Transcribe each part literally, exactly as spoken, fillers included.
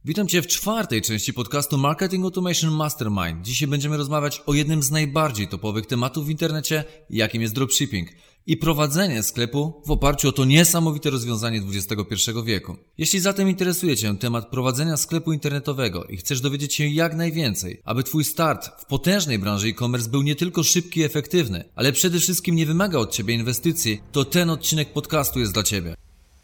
Witam Cię w czwartej części podcastu Marketing Automation Mastermind. Dzisiaj będziemy rozmawiać o jednym z najbardziej topowych tematów w internecie, jakim jest dropshipping i prowadzenie sklepu w oparciu o to niesamowite rozwiązanie dwudziestego pierwszego wieku. Jeśli zatem interesuje Cię temat prowadzenia sklepu internetowego i chcesz dowiedzieć się jak najwięcej, aby Twój start w potężnej branży e-commerce był nie tylko szybki i efektywny, ale przede wszystkim nie wymaga od Ciebie inwestycji, to ten odcinek podcastu jest dla Ciebie.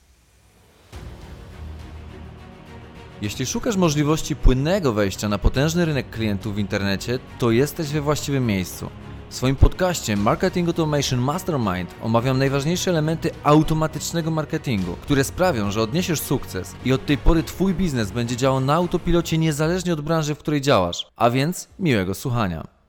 Jeśli szukasz możliwości płynnego wejścia na potężny rynek klientów w internecie, to jesteś we właściwym miejscu. W swoim podcaście Marketing Automation Mastermind omawiam najważniejsze elementy automatycznego marketingu, które sprawią, że odniesiesz sukces i od tej pory Twój biznes będzie działał na autopilocie niezależnie od branży, w której działasz. A więc miłego słuchania.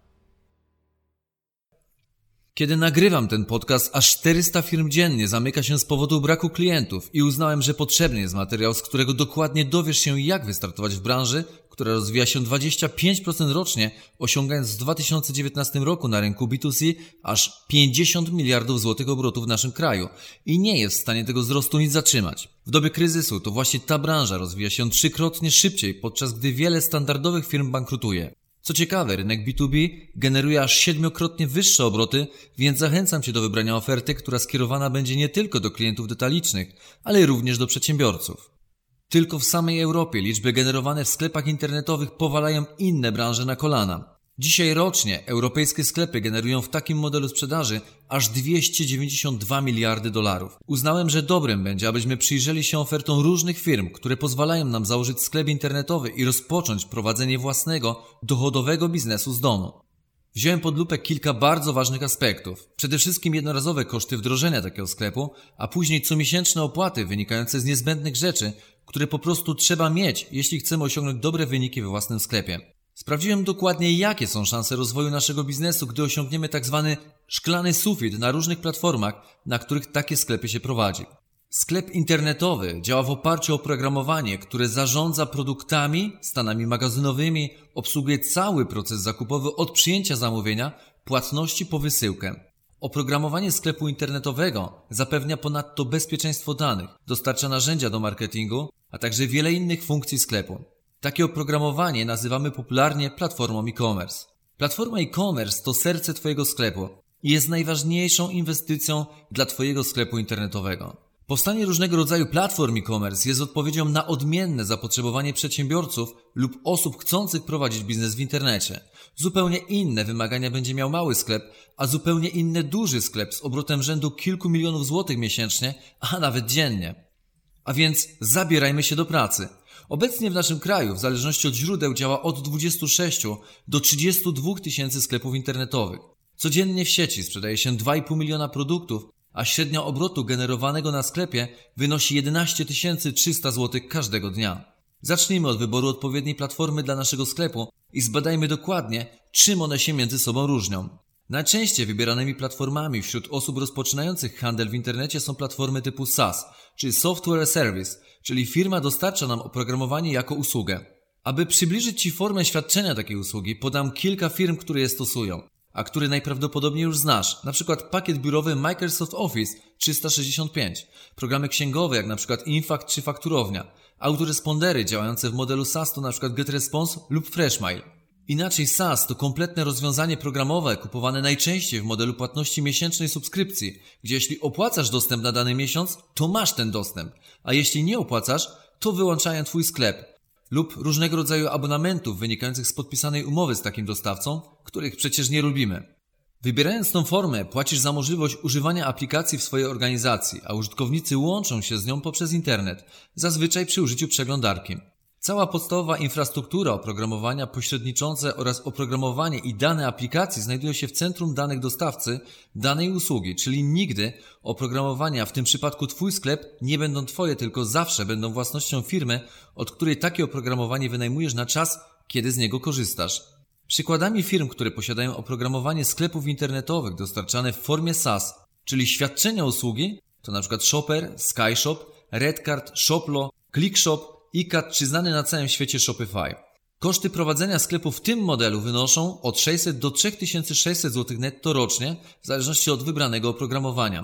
Kiedy nagrywam ten podcast, aż czterysta firm dziennie zamyka się z powodu braku klientów i uznałem, że potrzebny jest materiał, z którego dokładnie dowiesz się, jak wystartować w branży, która rozwija się dwadzieścia pięć procent rocznie, osiągając w dwa tysiące dziewiętnastym roku na rynku B dwa C aż pięćdziesiąt miliardów złotych obrotów w naszym kraju i nie jest w stanie tego wzrostu nic zatrzymać. W dobie kryzysu to właśnie ta branża rozwija się trzykrotnie szybciej, podczas gdy wiele standardowych firm bankrutuje. Co ciekawe, rynek B dwa B generuje aż siedmiokrotnie wyższe obroty, więc zachęcam Cię do wybrania oferty, która skierowana będzie nie tylko do klientów detalicznych, ale również do przedsiębiorców. Tylko w samej Europie liczby generowane w sklepach internetowych powalają inne branże na kolana. Dzisiaj rocznie europejskie sklepy generują w takim modelu sprzedaży aż dwieście dziewięćdziesiąt dwa miliardy dolarów. Uznałem, że dobrym będzie, abyśmy przyjrzeli się ofertom różnych firm, które pozwalają nam założyć sklep internetowy i rozpocząć prowadzenie własnego, dochodowego biznesu z domu. Wziąłem pod lupę kilka bardzo ważnych aspektów. Przede wszystkim jednorazowe koszty wdrożenia takiego sklepu, a później comiesięczne opłaty wynikające z niezbędnych rzeczy, które po prostu trzeba mieć, jeśli chcemy osiągnąć dobre wyniki we własnym sklepie. Sprawdziłem dokładnie, jakie są szanse rozwoju naszego biznesu, gdy osiągniemy tak zwany szklany sufit na różnych platformach, na których takie sklepy się prowadzi. Sklep internetowy działa w oparciu o oprogramowanie, które zarządza produktami, stanami magazynowymi, obsługuje cały proces zakupowy od przyjęcia zamówienia, płatności po wysyłkę. Oprogramowanie sklepu internetowego zapewnia ponadto bezpieczeństwo danych, dostarcza narzędzia do marketingu, a także wiele innych funkcji sklepu. Takie oprogramowanie nazywamy popularnie platformą e-commerce. Platforma e-commerce to serce Twojego sklepu i jest najważniejszą inwestycją dla Twojego sklepu internetowego. Powstanie różnego rodzaju platform e-commerce jest odpowiedzią na odmienne zapotrzebowanie przedsiębiorców lub osób chcących prowadzić biznes w internecie. Zupełnie inne wymagania będzie miał mały sklep, a zupełnie inny duży sklep z obrotem rzędu kilku milionów złotych miesięcznie, a nawet dziennie. A więc zabierajmy się do pracy. Obecnie w naszym kraju, w zależności od źródeł, działa od dwudziestu sześciu do trzydziestu dwóch tysięcy sklepów internetowych. Codziennie w sieci sprzedaje się dwa i pół miliona produktów, a średnia obrotu generowanego na sklepie wynosi jedenaście tysięcy trzysta złotych każdego dnia. Zacznijmy od wyboru odpowiedniej platformy dla naszego sklepu i zbadajmy dokładnie, czym one się między sobą różnią. Najczęściej wybieranymi platformami wśród osób rozpoczynających handel w internecie są platformy typu SaaS, czyli Software as Service, czyli firma dostarcza nam oprogramowanie jako usługę. Aby przybliżyć Ci formę świadczenia takiej usługi, podam kilka firm, które je stosują, a które najprawdopodobniej już znasz, na przykład pakiet biurowy Microsoft Office trzysta sześćdziesiąt pięć, programy księgowe jak na przykład Infact czy Fakturownia, autorespondery działające w modelu SaaS to na przykład GetResponse lub Freshmail. Inaczej SaaS to kompletne rozwiązanie programowe kupowane najczęściej w modelu płatności miesięcznej subskrypcji, gdzie jeśli opłacasz dostęp na dany miesiąc, to masz ten dostęp, a jeśli nie opłacasz, to wyłączają Twój sklep lub różnego rodzaju abonamentów wynikających z podpisanej umowy z takim dostawcą, których przecież nie lubimy. Wybierając tą formę, płacisz za możliwość używania aplikacji w swojej organizacji, a użytkownicy łączą się z nią poprzez internet, zazwyczaj przy użyciu przeglądarki. Cała podstawowa infrastruktura oprogramowania pośredniczące oraz oprogramowanie i dane aplikacji znajdują się w centrum danych dostawcy danej usługi, czyli nigdy oprogramowania, w tym przypadku Twój sklep, nie będą Twoje, tylko zawsze będą własnością firmy, od której takie oprogramowanie wynajmujesz na czas, kiedy z niego korzystasz. Przykładami firm, które posiadają oprogramowanie sklepów internetowych dostarczane w formie SaaS, czyli świadczenia usługi, to np. Shopper, SkyShop, Redcard, Shoplo, ClickShop, iCat czy znany na całym świecie Shopify. Koszty prowadzenia sklepu w tym modelu wynoszą od sześćset do trzy tysiące sześćset złotych netto rocznie, w zależności od wybranego oprogramowania.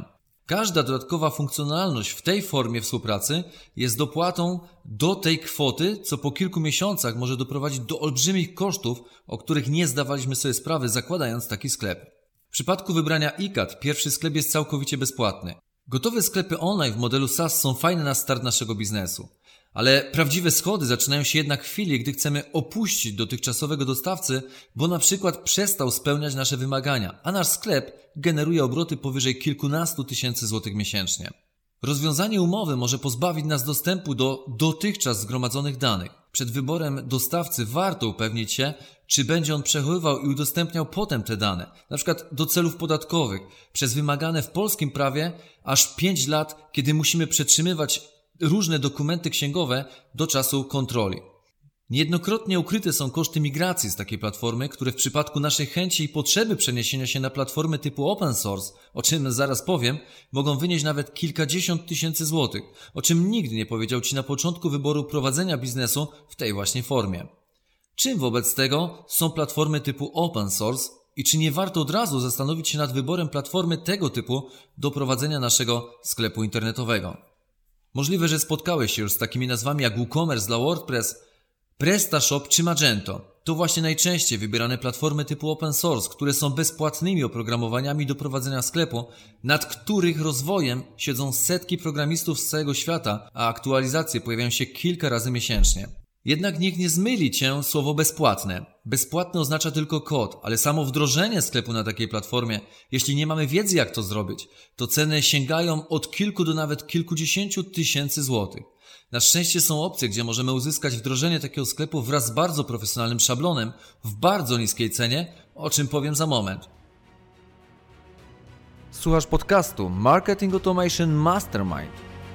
Każda dodatkowa funkcjonalność w tej formie współpracy jest dopłatą do tej kwoty, co po kilku miesiącach może doprowadzić do olbrzymich kosztów, o których nie zdawaliśmy sobie sprawy, zakładając taki sklep. W przypadku wybrania I C A T pierwszy sklep jest całkowicie bezpłatny. Gotowe sklepy online w modelu SaaS są fajne na start naszego biznesu. Ale prawdziwe schody zaczynają się jednak w chwili, gdy chcemy opuścić dotychczasowego dostawcę, bo na przykład przestał spełniać nasze wymagania, a nasz sklep generuje obroty powyżej kilkunastu tysięcy złotych miesięcznie. Rozwiązanie umowy może pozbawić nas dostępu do dotychczas zgromadzonych danych. Przed wyborem dostawcy warto upewnić się, czy będzie on przechowywał i udostępniał potem te dane, na przykład do celów podatkowych, przez wymagane w polskim prawie aż pięć lat, kiedy musimy przetrzymywać różne dokumenty księgowe do czasu kontroli. Niejednokrotnie ukryte są koszty migracji z takiej platformy, które w przypadku naszej chęci i potrzeby przeniesienia się na platformy typu open source, o czym zaraz powiem, mogą wynieść nawet kilkadziesiąt tysięcy złotych, o czym nigdy nie powiedział Ci na początku wyboru prowadzenia biznesu w tej właśnie formie. Czym wobec tego są platformy typu open source i czy nie warto od razu zastanowić się nad wyborem platformy tego typu do prowadzenia naszego sklepu internetowego? Możliwe, że spotkałeś się już z takimi nazwami jak WooCommerce dla WordPress, PrestaShop czy Magento. To właśnie najczęściej wybierane platformy typu open source, które są bezpłatnymi oprogramowaniami do prowadzenia sklepu, nad których rozwojem siedzą setki programistów z całego świata, a aktualizacje pojawiają się kilka razy miesięcznie. Jednak niech nie zmyli Cię słowo bezpłatne. Bezpłatne oznacza tylko kod, ale samo wdrożenie sklepu na takiej platformie, jeśli nie mamy wiedzy jak to zrobić, to ceny sięgają od kilku do nawet kilkudziesięciu tysięcy złotych. Na szczęście są opcje, gdzie możemy uzyskać wdrożenie takiego sklepu wraz z bardzo profesjonalnym szablonem w bardzo niskiej cenie, o czym powiem za moment. Słuchasz podcastu Marketing Automation Mastermind.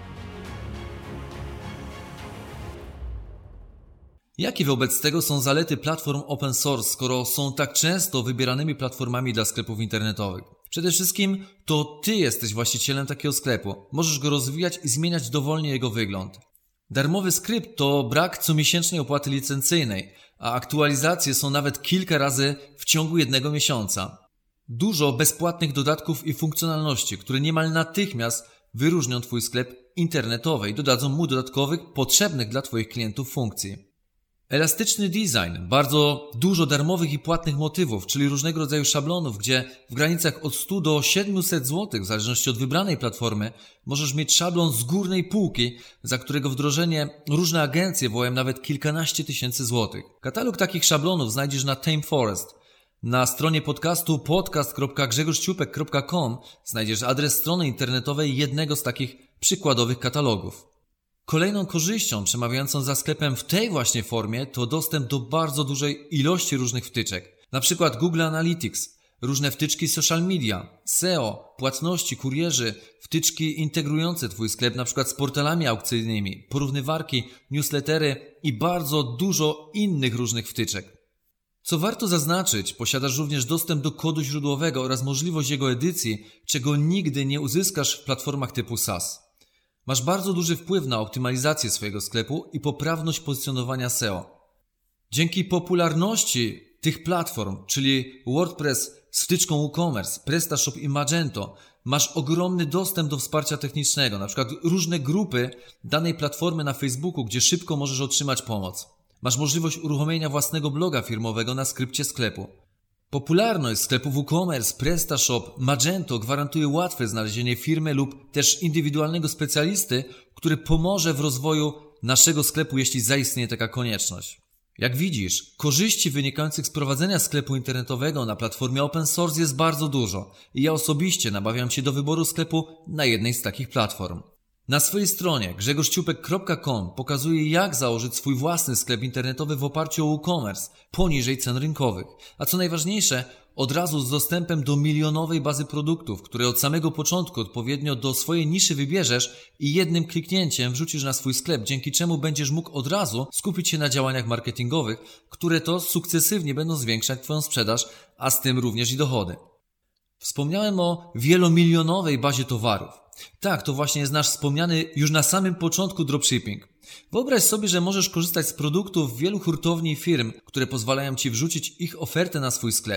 Jakie wobec tego są zalety platform open source, skoro są tak często wybieranymi platformami dla sklepów internetowych? Przede wszystkim to Ty jesteś właścicielem takiego sklepu. Możesz go rozwijać i zmieniać dowolnie jego wygląd. Darmowy skrypt to brak comiesięcznej opłaty licencyjnej, a aktualizacje są nawet kilka razy w ciągu jednego miesiąca. Dużo bezpłatnych dodatków i funkcjonalności, które niemal natychmiast wyróżnią Twój sklep internetowy i dodadzą mu dodatkowych, potrzebnych dla Twoich klientów funkcji. Elastyczny design, bardzo dużo darmowych i płatnych motywów, czyli różnego rodzaju szablonów, gdzie w granicach od stu do siedmiuset złotych, w zależności od wybranej platformy, możesz mieć szablon z górnej półki, za którego wdrożenie różne agencje wołają nawet kilkanaście tysięcy złotych. Katalog takich szablonów znajdziesz na ThemeForest. Na stronie podcastu podcast kropka grzegorz ciupek kropka com znajdziesz adres strony internetowej jednego z takich przykładowych katalogów. Kolejną korzyścią przemawiającą za sklepem w tej właśnie formie to dostęp do bardzo dużej ilości różnych wtyczek. Na przykład Google Analytics, różne wtyczki social media, S E O, płatności, kurierzy, wtyczki integrujące Twój sklep na przykład z portalami aukcyjnymi, porównywarki, newslettery i bardzo dużo innych różnych wtyczek. Co warto zaznaczyć, posiadasz również dostęp do kodu źródłowego oraz możliwość jego edycji, czego nigdy nie uzyskasz w platformach typu SaaS. Masz bardzo duży wpływ na optymalizację swojego sklepu i poprawność pozycjonowania S E O. Dzięki popularności tych platform, czyli WordPress z wtyczką WooCommerce, PrestaShop i Magento, masz ogromny dostęp do wsparcia technicznego, na przykład różne grupy danej platformy na Facebooku, gdzie szybko możesz otrzymać pomoc. Masz możliwość uruchomienia własnego bloga firmowego na skrypcie sklepu. Popularność sklepów WooCommerce, PrestaShop, Magento gwarantuje łatwe znalezienie firmy lub też indywidualnego specjalisty, który pomoże w rozwoju naszego sklepu, jeśli zaistnieje taka konieczność. Jak widzisz, korzyści wynikających z prowadzenia sklepu internetowego na platformie open source jest bardzo dużo i ja osobiście namawiam Cię do wyboru sklepu na jednej z takich platform. Na swojej stronie grzegorz ciupek kropka com pokazuję, jak założyć swój własny sklep internetowy w oparciu o WooCommerce poniżej cen rynkowych, a co najważniejsze, od razu z dostępem do milionowej bazy produktów, które od samego początku odpowiednio do swojej niszy wybierzesz i jednym kliknięciem wrzucisz na swój sklep, dzięki czemu będziesz mógł od razu skupić się na działaniach marketingowych, które to sukcesywnie będą zwiększać Twoją sprzedaż, a z tym również i dochody. Wspomniałem o wielomilionowej bazie towarów. Tak, to właśnie jest nasz wspomniany już na samym początku dropshipping. Wyobraź sobie, że możesz korzystać z produktów wielu hurtowni i firm, które pozwalają Ci wrzucić ich ofertę na swój sklep.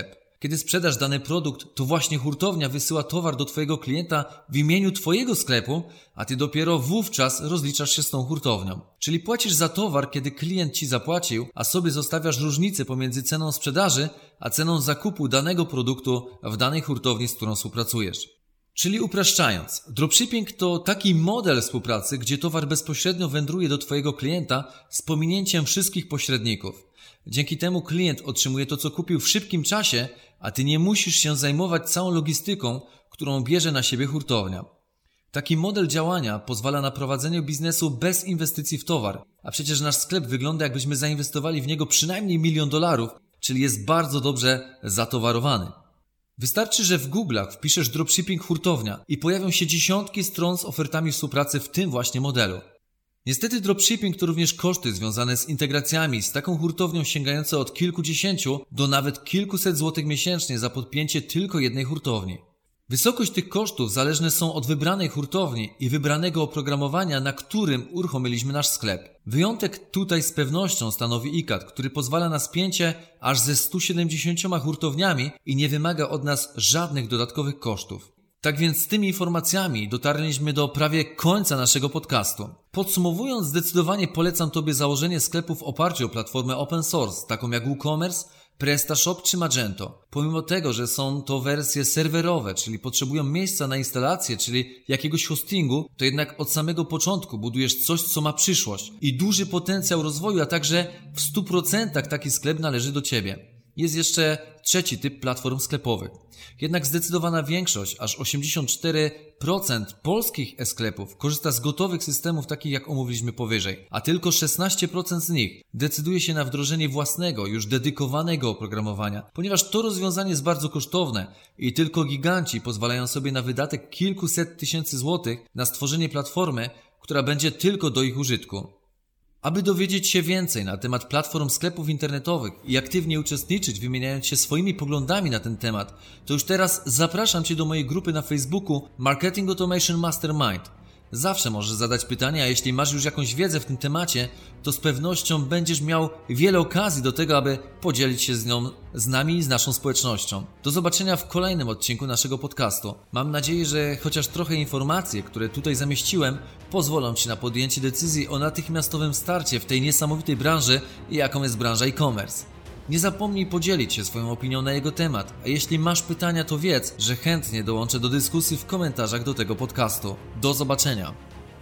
Kiedy sprzedasz dany produkt, to właśnie hurtownia wysyła towar do Twojego klienta w imieniu Twojego sklepu, a Ty dopiero wówczas rozliczasz się z tą hurtownią. Czyli płacisz za towar, kiedy klient Ci zapłacił, a sobie zostawiasz różnicę pomiędzy ceną sprzedaży, a ceną zakupu danego produktu w danej hurtowni, z którą współpracujesz. Czyli upraszczając, dropshipping to taki model współpracy, gdzie towar bezpośrednio wędruje do Twojego klienta z pominięciem wszystkich pośredników. Dzięki temu klient otrzymuje to, co kupił w szybkim czasie, a Ty nie musisz się zajmować całą logistyką, którą bierze na siebie hurtownia. Taki model działania pozwala na prowadzenie biznesu bez inwestycji w towar, a przecież nasz sklep wygląda, jakbyśmy zainwestowali w niego przynajmniej milion dolarów, czyli jest bardzo dobrze zatowarowany. Wystarczy, że w Google'ach wpiszesz dropshipping hurtownia i pojawią się dziesiątki stron z ofertami współpracy w tym właśnie modelu. Niestety dropshipping to również koszty związane z integracjami z taką hurtownią sięgające od kilkudziesięciu do nawet kilkuset złotych miesięcznie za podpięcie tylko jednej hurtowni. Wysokość tych kosztów zależne są od wybranej hurtowni i wybranego oprogramowania, na którym uruchomiliśmy nasz sklep. Wyjątek tutaj z pewnością stanowi I C A T, który pozwala na spięcie aż ze stu siedemdziesięcioma hurtowniami i nie wymaga od nas żadnych dodatkowych kosztów. Tak więc z tymi informacjami dotarliśmy do prawie końca naszego podcastu. Podsumowując, zdecydowanie polecam Tobie założenie sklepu w oparciu o platformę open source, taką jak WooCommerce, PrestaShop czy Magento. Pomimo tego, że są to wersje serwerowe, czyli potrzebują miejsca na instalację, czyli jakiegoś hostingu, to jednak od samego początku budujesz coś, co ma przyszłość i duży potencjał rozwoju, a także w stu procentach taki sklep należy do Ciebie. Jest jeszcze trzeci typ platform sklepowych. Jednak zdecydowana większość, aż osiemdziesiąt cztery procent polskich e-sklepów korzysta z gotowych systemów takich jak omówiliśmy powyżej, a tylko szesnaście procent z nich decyduje się na wdrożenie własnego, już dedykowanego oprogramowania, ponieważ to rozwiązanie jest bardzo kosztowne i tylko giganci pozwalają sobie na wydatek kilkuset tysięcy złotych na stworzenie platformy, która będzie tylko do ich użytku. Aby dowiedzieć się więcej na temat platform sklepów internetowych i aktywnie uczestniczyć, wymieniając się swoimi poglądami na ten temat, to już teraz zapraszam Cię do mojej grupy na Facebooku Marketing Automation Mastermind. Zawsze możesz zadać pytania, a jeśli masz już jakąś wiedzę w tym temacie, to z pewnością będziesz miał wiele okazji do tego, aby podzielić się z nią z nami i z naszą społecznością. Do zobaczenia w kolejnym odcinku naszego podcastu. Mam nadzieję, że chociaż trochę informacji, które tutaj zamieściłem, pozwolą Ci na podjęcie decyzji o natychmiastowym starcie w tej niesamowitej branży, jaką jest branża e-commerce. Nie zapomnij podzielić się swoją opinią na jego temat, a jeśli masz pytania, to wiedz, że chętnie dołączę do dyskusji w komentarzach do tego podcastu. Do zobaczenia!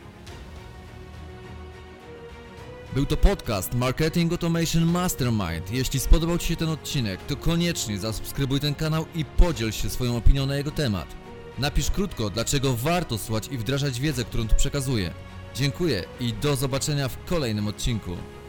Był to podcast Marketing Automation Mastermind. Jeśli spodobał Ci się ten odcinek, to koniecznie zasubskrybuj ten kanał i podziel się swoją opinią na jego temat. Napisz krótko, dlaczego warto słuchać i wdrażać wiedzę, którą tu przekazuję. Dziękuję i do zobaczenia w kolejnym odcinku.